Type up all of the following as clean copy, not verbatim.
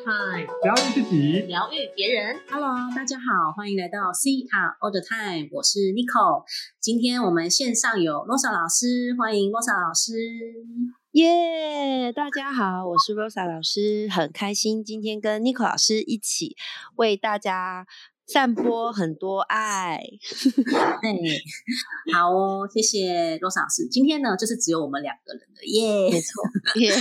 Time， 疗愈自己， 疗愈别人。 Hello， 大家好，欢迎来到 See All the Time， 我是 Nicole。今天我们线上有 Rosa 老师，欢迎 Rosa 老师。 耶，大家好，我是 Rosa 老师，很开心今天跟 Nicole 老师一起为大家散播很多爱。 好哦，谢谢 Rosa 老师。今天呢，就是只有我们两个人的耶， 没错，耶。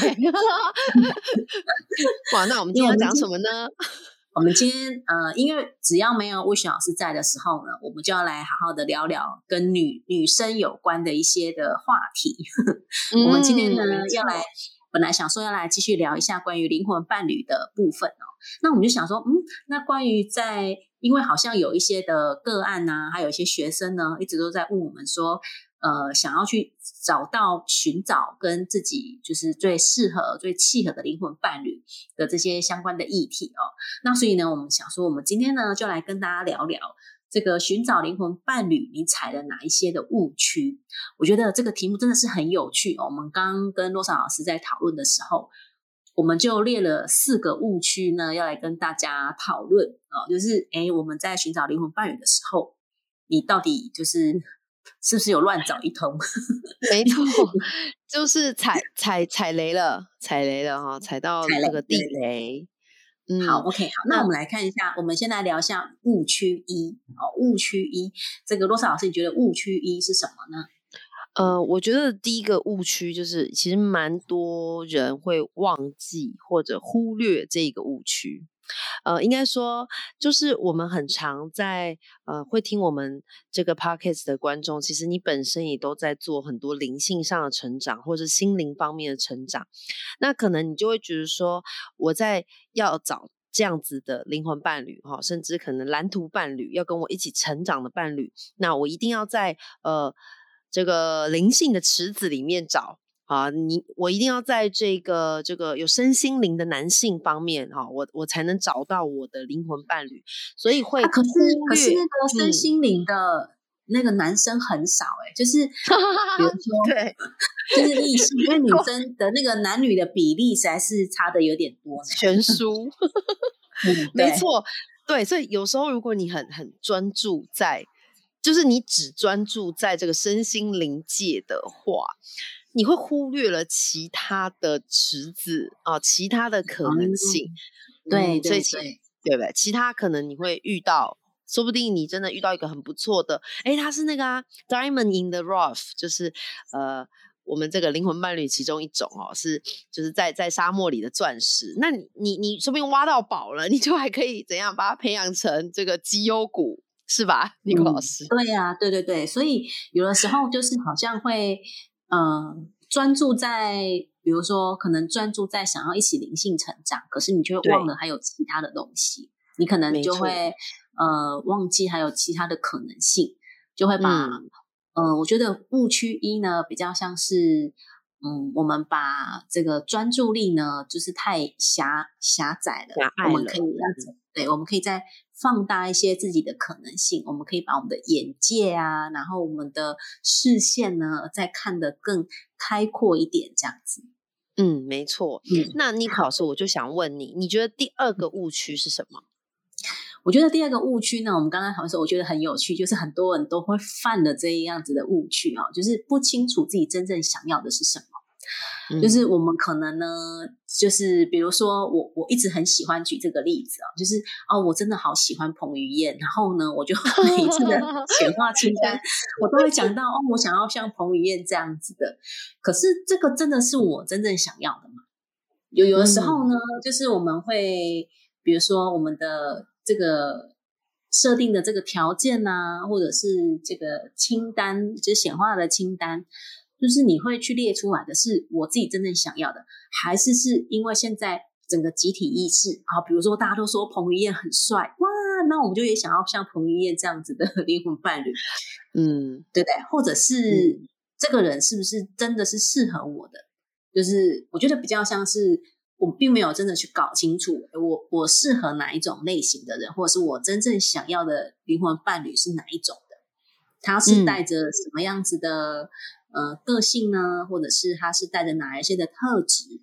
哇，那我们今天要讲什么呢？ 我们今天因为只要没有魏雪老师在的时候呢，我们就要来好好的聊聊跟女生有关的一些的话题。我们今天呢本来想说要来继续聊一下关于灵魂伴侣的部分哦。那我们就想说，那关于因为好像有一些的个案啊，还有一些学生呢，一直都在问我们说，想要去寻找跟自己就是最适合、最契合的灵魂伴侣的这些相关的议题哦。那所以呢，我们想说，我们今天呢就来跟大家聊聊这个寻找灵魂伴侣，你踩了哪一些的误区？我觉得这个题目真的是很有趣哦。我们刚刚跟罗莎老师在讨论的时候，我们就列了4个误区呢，要来跟大家讨论哦。就是我们在寻找灵魂伴侣的时候，你到底是不是有乱找一通？ 没错，就是踩雷了哈，踩到这个地雷。 好 ，OK， 好，那我们来看一下，我们先来聊一下误区一。误区一，这个罗莎老师，你觉得误区一是什么呢？ 我觉得第一个误区就是，其实蛮多人会忘记或者忽略这个误区。应该说，就是我们很常在会听我们这个 podcast 的观众，其实你本身也都在做很多灵性上的成长，或者心灵方面的成长。那可能你就会觉得说，我在要找这样子的灵魂伴侣，甚至可能蓝图伴侣，要跟我一起成长的伴侣，那我一定要在这个灵性的池子里面找啊，我一定要在这个有身心灵的男性方面我才能找到我的灵魂伴侣，所以会可是那个身心灵的那个男生很少就是比如说对， 就是异性，因为女生的那个男女的比例实在是差的有点多悬殊。没错，对，所以有时候如果你很专注在，就是你只专注在这个身心灵界的话，你会忽略了其他的池子其他的可能性。 对， 所以对不对？其他可能你会遇到，说不定你真的遇到一个很不错的，他是那个Diamond in the Rough， 就是我们这个灵魂伴侣其中一种就是在沙漠里的钻石。那你说不定挖到宝了，你就还可以怎样把它培养成这个绩优股，是吧，Nicole老师？ 对啊，对，所以有的时候就是好像会专注在，比如说可能专注在想要一起灵性成长，可是你就会忘了还有其他的东西，你可能就会忘记还有其他的可能性，就会把我觉得误区一呢比较像是我们把这个专注力呢就是太狭窄了，我们可以我们可以再放大一些自己的可能性，我们可以把我们的眼界啊，然后我们的视线呢再看得更开阔一点，这样子。 没错。那Nicole老师，我就想问你，你觉得第2个误区是什么？ 我觉得第2个误区呢，我们刚刚讨论的时候，我觉得很有趣，就是很多人都会犯的这样子的误区就是不清楚自己真正想要的是什么。就是我们可能呢，就是比如说我一直很喜欢举这个例子就是我真的好喜欢彭于晏，然后呢，我就每一次的显化清单我都会讲到我想要像彭于晏这样子的。可是这个真的是我真正想要的吗？有的时候呢，就是我们会比如说我们的这个设定的这个条件啊，或者是这个清单，就是显化的清单，就是你会去列出来的是我自己真正想要的，还是因为现在整个集体意识比如说大家都说彭于晏很帅，哇，那我们就也想要像彭于晏这样子的灵魂伴侣，对不对？或者是这个人是不是真的是适合我的？就是我觉得比较像是我并没有真的去搞清楚我适合哪一种类型的人，或者是我真正想要的灵魂伴侣是哪一种的，他是带着什么样子的个性呢？或者是他是带着哪一些的特质？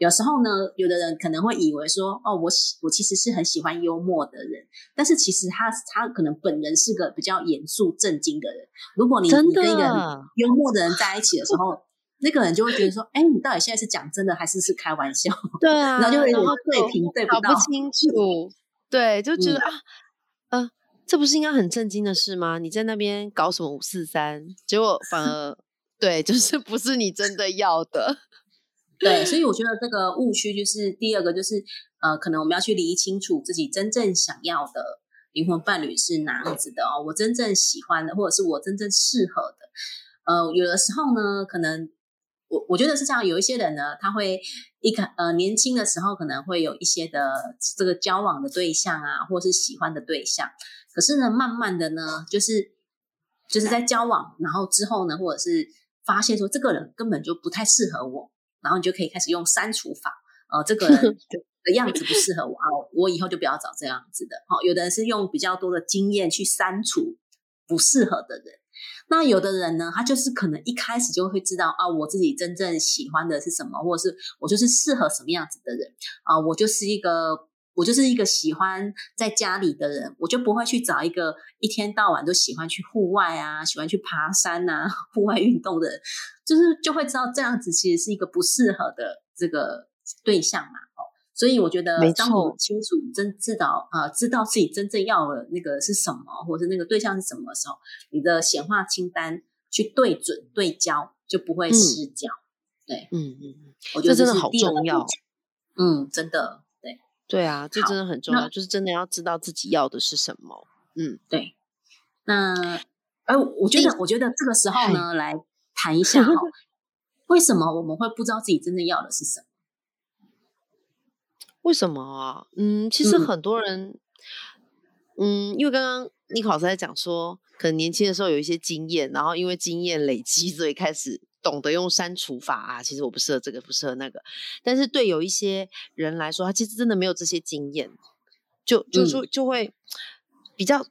有时候呢，有的人可能会以为说，哦，我其实是很喜欢幽默的人，但是其实他可能本人是个比较严肃正经的人。如果你真跟一个很的， 幽默的人在一起的时候，那个人就会觉得说，哎，你到底现在是讲真的还是开玩笑？ 对然后就啊， 会有然后就对平对不搞不到。 清楚，对，就觉得嗯， 这不是应该很震惊的事吗？你在那边搞什么543，结果反而对，就是不是你真的要的。 对，所以我觉得这个误区就是第二个，就是可能我们要去理清楚自己真正想要的灵魂伴侣是哪样子的哦，我真正喜欢的，或者是我真正适合的。有的时候呢，可能我觉得是这样，有一些人呢，他会年轻的时候可能会有一些的这个交往的对象啊，或是喜欢的对象，可是呢，慢慢的呢，就是在交往，然后之后呢，或者是发现说这个人根本就不太适合我，然后你就可以开始用删除法，这个人的样子不适合我啊，我以后就不要找这样子的。有的人是用比较多的经验去删除不适合的人，那有的人呢，他就是可能一开始就会知道啊，我自己真正喜欢的是什么，或者是我就是适合什么样子的人啊，我就是一个喜欢在家里的人，我就不会去找一个一天到晚都喜欢去户外啊，喜欢去爬山啊，户外运动的人，就会知道这样子其实是一个不适合的这个对象嘛。所以我觉得， 没当我们错， 清楚知道自己真正要的那个是什么，或者是那个对象是什么的时候，你的显化清单去对准对焦，就不会失焦。对，我觉得这这真的好是第二个重要。 真的，对。 对啊，这真好， 的很重要， 那就是真的要知道自己要的是什么。 对，那我觉第得这个时候嗨， 呢，来谈一下为什么我们会不知道自己真正要的是什么？ 为什么啊？其实嗯很多人，因为刚刚妮可老师在讲说，可能年轻的时候有一些经验，然后因为经验累积，所以开始懂得用删除法啊。其实我不适合这个，不适合那个。但是对有一些人来说，他其实真的没有这些经验，就会比较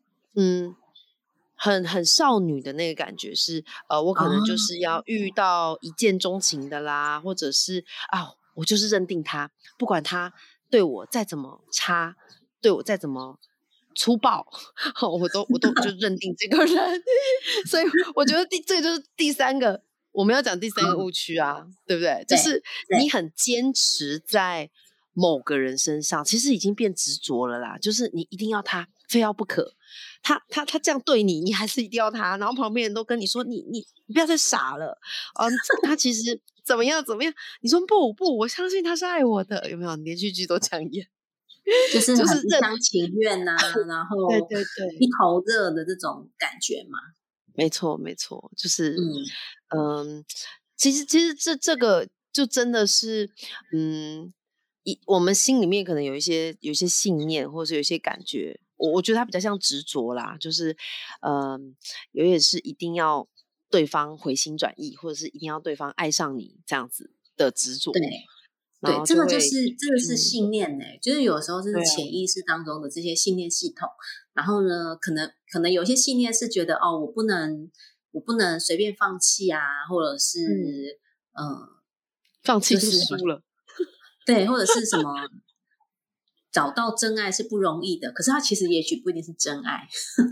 很少女的那个感觉是，我可能就哦， 是要遇到一见钟情的啦，或者是我就是认定他，不管他对我再怎么差，对我再怎么粗暴，我都就认定这个人。所以我觉得这个就是第三个，我们要讲第三个误区啊，对不对？就对是你对， 很坚持在某个人身上，其实已经变执着了啦，就是你一定要他，非要不可。他这样对你，你还是一定要他，然后旁边人都跟你说你不要再傻了，他其实怎么样怎么样，你说不，我相信他是爱我的，有没有？连续剧都这样演， 就是就是认， 很一厢情愿呐、然对后对对， 一头热的这种感觉嘛。 没错没错，就是嗯， 嗯，其实这个就真的是我们心里面可能有一些信念，或者是有一些感觉，我觉得它比较像执着啦，就是有也是一定要对方回心转意，或者是一定要对方爱上你这样子的执着， 对然对， 后就会这个是信念呢、就是有时候是对啊， 潜意识当中的这些信念系统，然后呢，可能有些信念是觉得哦，我不能随便放弃啊，或者是嗯， 呃， 放弃就就是输了。 对，或者是什么找到真爱是不容易的，可是它其实也许不一定是真爱。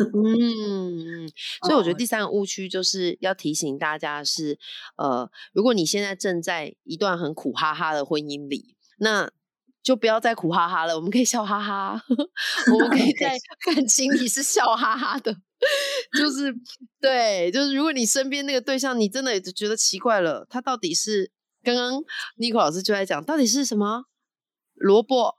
所以我觉得哦， 第三个误区就是要提醒大家的是，如果你现在正在一段很苦哈哈的婚姻里，那就不要再苦哈哈了，我们可以笑哈哈，我们可以可以， 在感情里是笑哈哈的，就是对，就是如果你身边那个对象，你真的也觉得奇怪了，他到底是刚刚 Nico 老师就在讲，到底是什么萝卜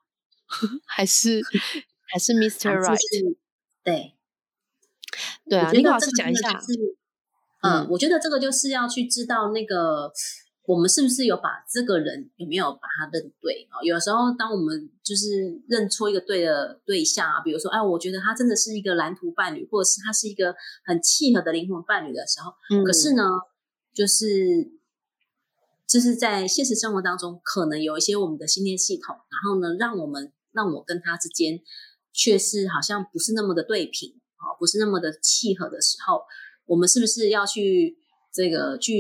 还是 Mr. 还是 Right？ 是，对。 对啊，Nico 我觉得老师这个真的就讲一下。 是， 嗯我觉得这个就是要去知道那个我们是不是有把这个人有没有把他认对啊？有时候当我们就是认错一个对的对象啊，比如说，哎，我觉得他真的是一个蓝图伴侣，或者是他是一个很契合的灵魂伴侣的时候，可是嗯， 呢，就是在现实生活当中，可能有一些我们的信念系统，然后呢，让我跟他之间却是好像不是那么的对平不是那么的契合的时候，我们是不是要去去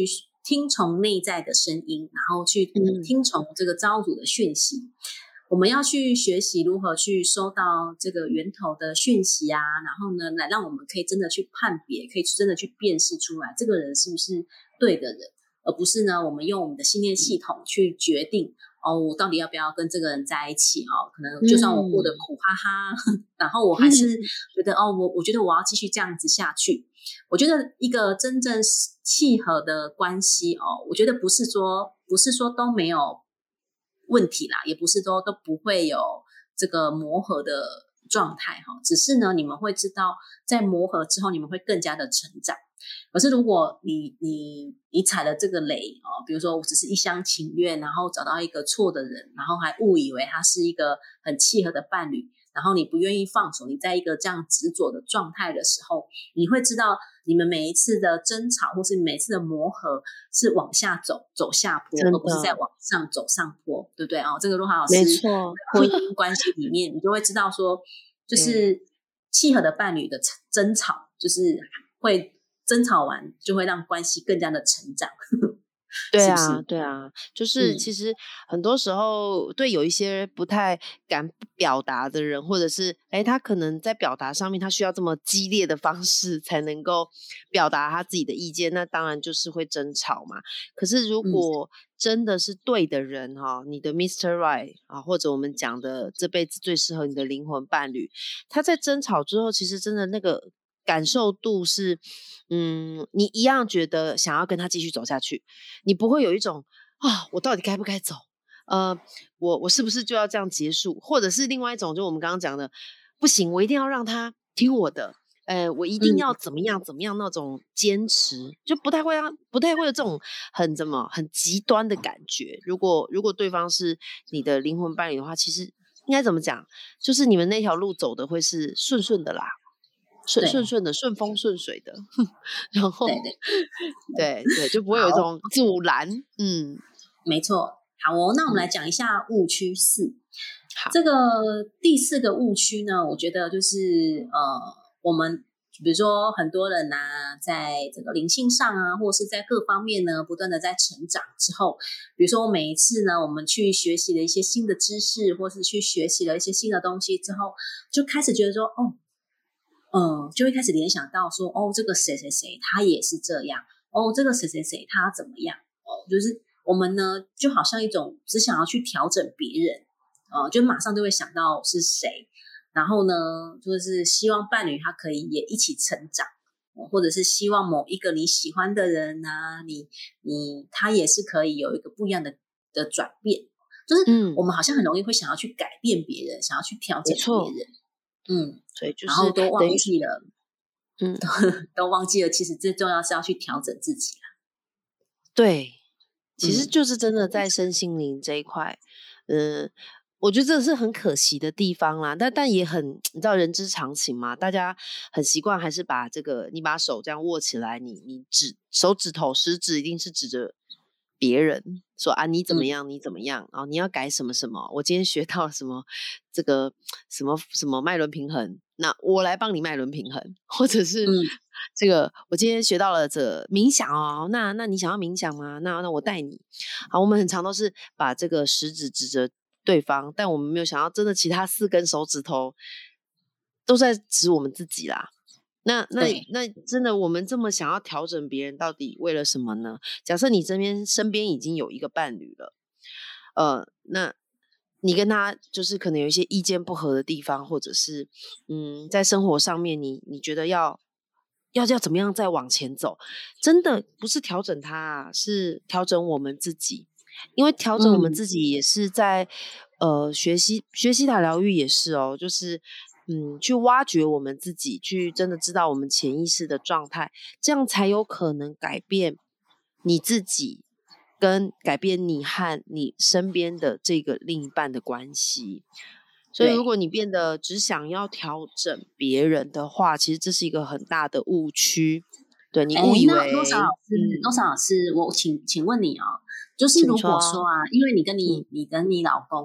听从内在的声音，然后去听从这个造物主的讯息。我们要去学习如何去收到这个源头的讯息啊，然后呢，来让我们可以真的去判别，可以真的去辨识出来这个人是不是对的人，而不是呢，我们用我们的信念系统去决定我到底要不要跟这个人在一起可能就算我过得苦哈哈，然后我还是觉得我觉得我要继续这样子下去。我觉得一个真正契合的关系我觉得不是说都没有问题啦，也不是说都不会有这个磨合的状态只是呢，你们会知道在磨合之后你们会更加的成长。可是如果你踩了这个雷比如说我只是一厢情愿，然后找到一个错的人，然后还误以为他是一个很契合的伴侣，然后你不愿意放手，你在一个这样执着的状态的时候，你会知道你们每一次的争吵或是每一次的磨合是往下走下坡，而不是在往上走上坡，对不对这个若涵老师婚姻关系里面你就会知道说，就是契合的伴侣的争吵就是会争吵完就会让关系更加的成长对啊， 是不是？ 对啊，就是其实很多时候对有一些不太敢表达的人，或者是他可能在表达上面他需要这么激烈的方式才能够表达他自己的意见，那当然就是会争吵嘛。可是如果真的是对的人你的 Mr. Right 或者我们讲的这辈子最适合你的灵魂伴侣，他在争吵之后其实真的那个感受度是你一样觉得想要跟他继续走下去，你不会有一种我到底该不该走，我是不是就要这样结束，或者是另外一种就我们刚刚讲的不行，我一定要让他听我的，我一定要怎么样怎么样那种坚持，就不太会有这种很极端的感觉。如果对方是你的灵魂伴侣的话，其实应该怎么讲，就是你们那条路走的会是顺顺的啦，顺的，顺风顺水的然后对，就不会有一种阻拦没错。好那我们来讲一下误区4。这个第4个误区呢，我觉得就是我们比如说很多人在这个灵性上或者是在各方面呢不断的在成长之后，比如说每一次呢我们去学习了一些新的知识，或是去学习了一些新的东西之后，就开始觉得说就会开始联想到说这个谁谁谁他也是这样这个谁谁谁他怎么样就是我们呢就好像一种只想要去调整别人就马上就会想到是谁，然后呢就是希望伴侣他可以也一起成长或者是希望某一个你喜欢的人他也是可以有一个不一样的转变，就是我们好像很容易会想要去改变别人，想要去调整别人对，就是然后都忘记了都忘记了其实最重要是要去调整自己对，其实就是真的在身心灵这一块我觉得这是很可惜的地方啦，但也很你知道人之常情嘛，大家很习惯还是把你把手这样握起来，你手指头食指一定是指着别人说你怎么样你怎么样你要改什么什么，我今天学到什么这个什么脉轮平衡，那我来帮你脉轮平衡，或者是这个我今天学到了这冥想那你想要冥想吗？那我带你我们很常都是把这个食指指着对方，但我们没有想到真的其他4根手指头都在指我们自己啦。那真的我们这么想要调整别人到底为了什么呢？假设你身边已经有一个伴侣了那你跟他就是可能有一些意见不合的地方，或者是在生活上面你觉得要怎么样再往前走，真的不是调整他是调整我们自己，因为调整我们自己也是在学习塔疗愈也是就是去挖掘我们自己，去真的知道我们潜意识的状态，这样才有可能改变你自己跟改变你和你身边的这个另一半的关系。所以如果你变得只想要调整别人的话，其实这是一个很大的误区。对，你误以为那罗莎老师我请问你就是如果说因为你跟你老公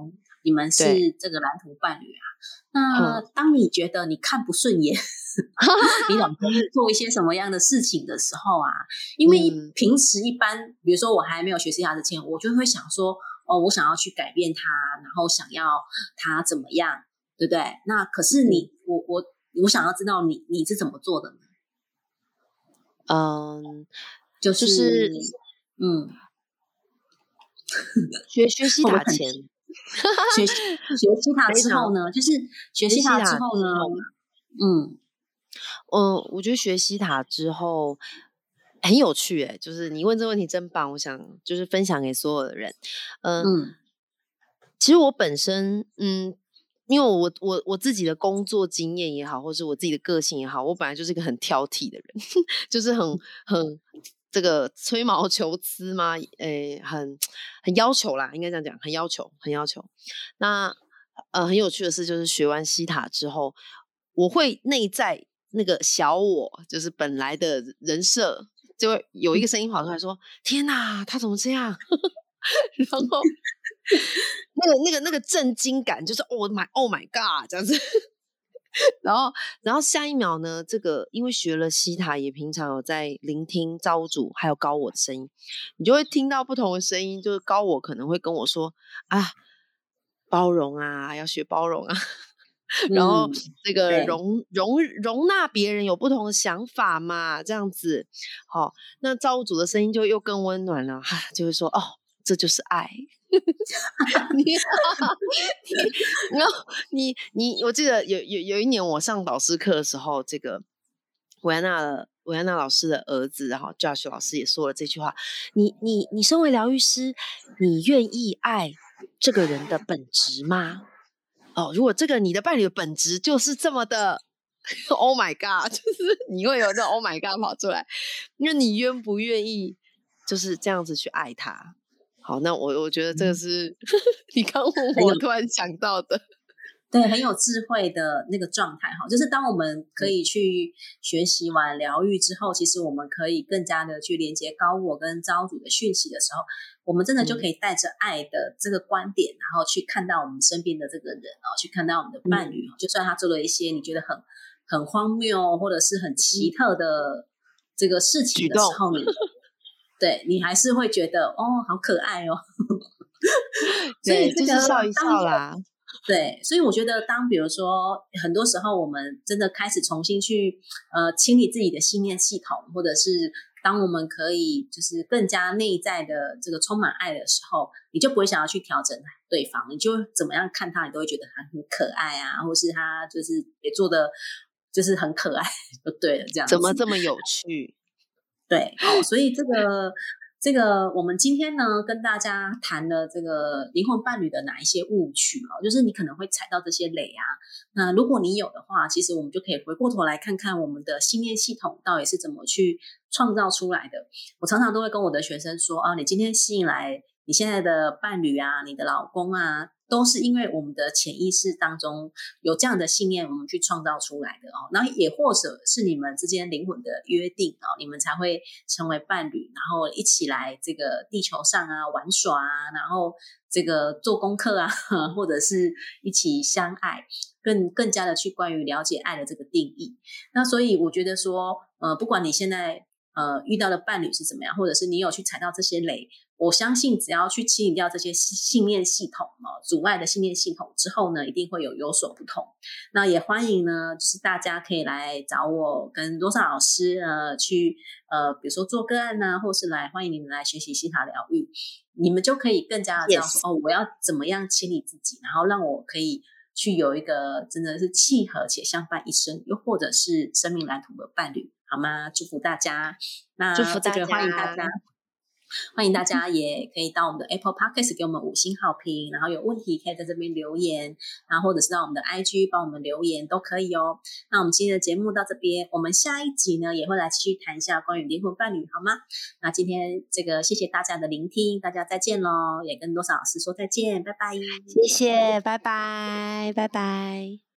你们是这个蓝图伴侣啊。那当你觉得你看不顺眼你老公做一些什么样的事情的时候啊，因为平时一般比如说我还没有学习他之前，我就会想说我想要去改变他，然后想要他怎么样，对不对？那可是我想要知道你是怎么做的呢？就是学西塔前学西塔之后呢，就是学西塔之后呢， 我觉得学西塔之后很有趣就是你问这个问题真棒，我想就是分享给所有的人。其实我本身因为我自己的工作经验也好，或是我自己的个性也好，我本来就是一个很挑剔的人就是很这个吹毛求疵嘛，很要求啦，应该这样讲，很要求。那很有趣的是，就是学完西塔之后，我会内在那个小我，就是本来的人设，就会有一个声音跑出来说：“天哪，他怎么这样？”然后那个震惊感就是 Oh my God 这样子。然后下一秒呢，这个因为学了西塔，也平常有在聆听造物主还有高我的声音，你就会听到不同的声音，就是高我可能会跟我说啊，包容啊，要学包容啊。然后这个容纳别人有不同的想法嘛，这样子。好，那造物主的声音就又更温暖了，就会说这就是爱。然后我记得有一年我上导师课的时候，这个维安娜老师的儿子，然后 Josh 老师也说了这句话：你身为疗愈师，你愿意爱这个人的本质吗？如果这个你的伴侣的本质就是这么的Oh my God， 就是你会有那 Oh my God 跑出来，那你愿不愿意就是这样子去爱他？好，那我觉得这个是你刚问我突然想到的。 对，很有智慧的那个状态哈，就是当我们可以去学习完疗愈之后，其实我们可以更加的去连接高我跟造物主的讯息的时候，我们真的就可以带着爱的这个观点，然后去看到我们身边的这个人去看到我们的伴侣就算他做了一些你觉得很荒谬或者是很奇特的这个事情的时候，对你还是会觉得好可爱所以这个就是笑一笑啦。 对，所以我觉得比如说很多时候我们真的开始重新去清理自己的信念系统，或者是当我们可以就是更加内在的这个充满爱的时候，你就不会想要去调整对方，你就怎么样看他你都会觉得他很可爱啊，或是他就是也做的就是很可爱就对了，这样子怎么这么有趣。 对所以这个我们今天呢跟大家谈了这个灵魂伴侣的哪一些误区就是你可能会踩到这些雷啊，那如果你有的话，其实我们就可以回过头来看看我们的信念系统到底是怎么去创造出来的。我常常都会跟我的学生说你今天吸引来你现在的伴侣啊，你的老公啊，都是因为我们的潜意识当中有这样的信念，我们去创造出来的然后也或者是你们之间灵魂的约定你们才会成为伴侣，然后一起来这个地球上啊玩耍啊，然后这个做功课啊，或者是一起相爱，更加的去关于了解爱的这个定义。那所以我觉得说不管你现在遇到的伴侣是怎么样，或者是你有去踩到这些雷，我相信只要去清理掉这些信念系统阻碍的信念系统之后呢，一定会有所不同。那也欢迎呢就是大家可以来找我跟罗莎老师去比如说做个案或是欢迎你们来学习西塔疗愈，你们就可以更加的知道说我要怎么样清理自己，然后让我可以去有一个真的是契合且相伴一生，又或者是生命蓝图的伴侣，好吗？祝福大家。那这个欢迎大家也可以到我们的 Apple Podcast 给我们5星好评，然后有问题可以在这边留言，然后或者是到我们的 IG 帮我们留言都可以那我们今天的节目到这边，我们下一集呢也会来继续谈一下关于灵魂伴侣，好吗？那今天这个谢谢大家的聆听，大家再见咯，也跟罗莎老师说再见，拜拜。 谢谢，拜拜，拜拜。